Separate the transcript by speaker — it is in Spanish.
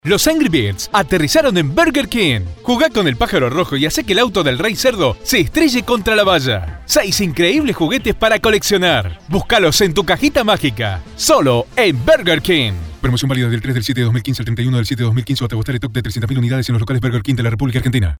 Speaker 1: Los Angry Birds aterrizaron en Burger King. Jugá con el pájaro rojo y hacé que el auto del Rey Cerdo se estrelle contra la valla. 6 increíbles juguetes para coleccionar. Búscalos en tu cajita mágica. Solo en Burger King. Promoción válida del 3 del 7 de 2015 al 31 del 7 de 2015 o hasta agotar stock de 300.000 unidades en los locales Burger King de la República Argentina.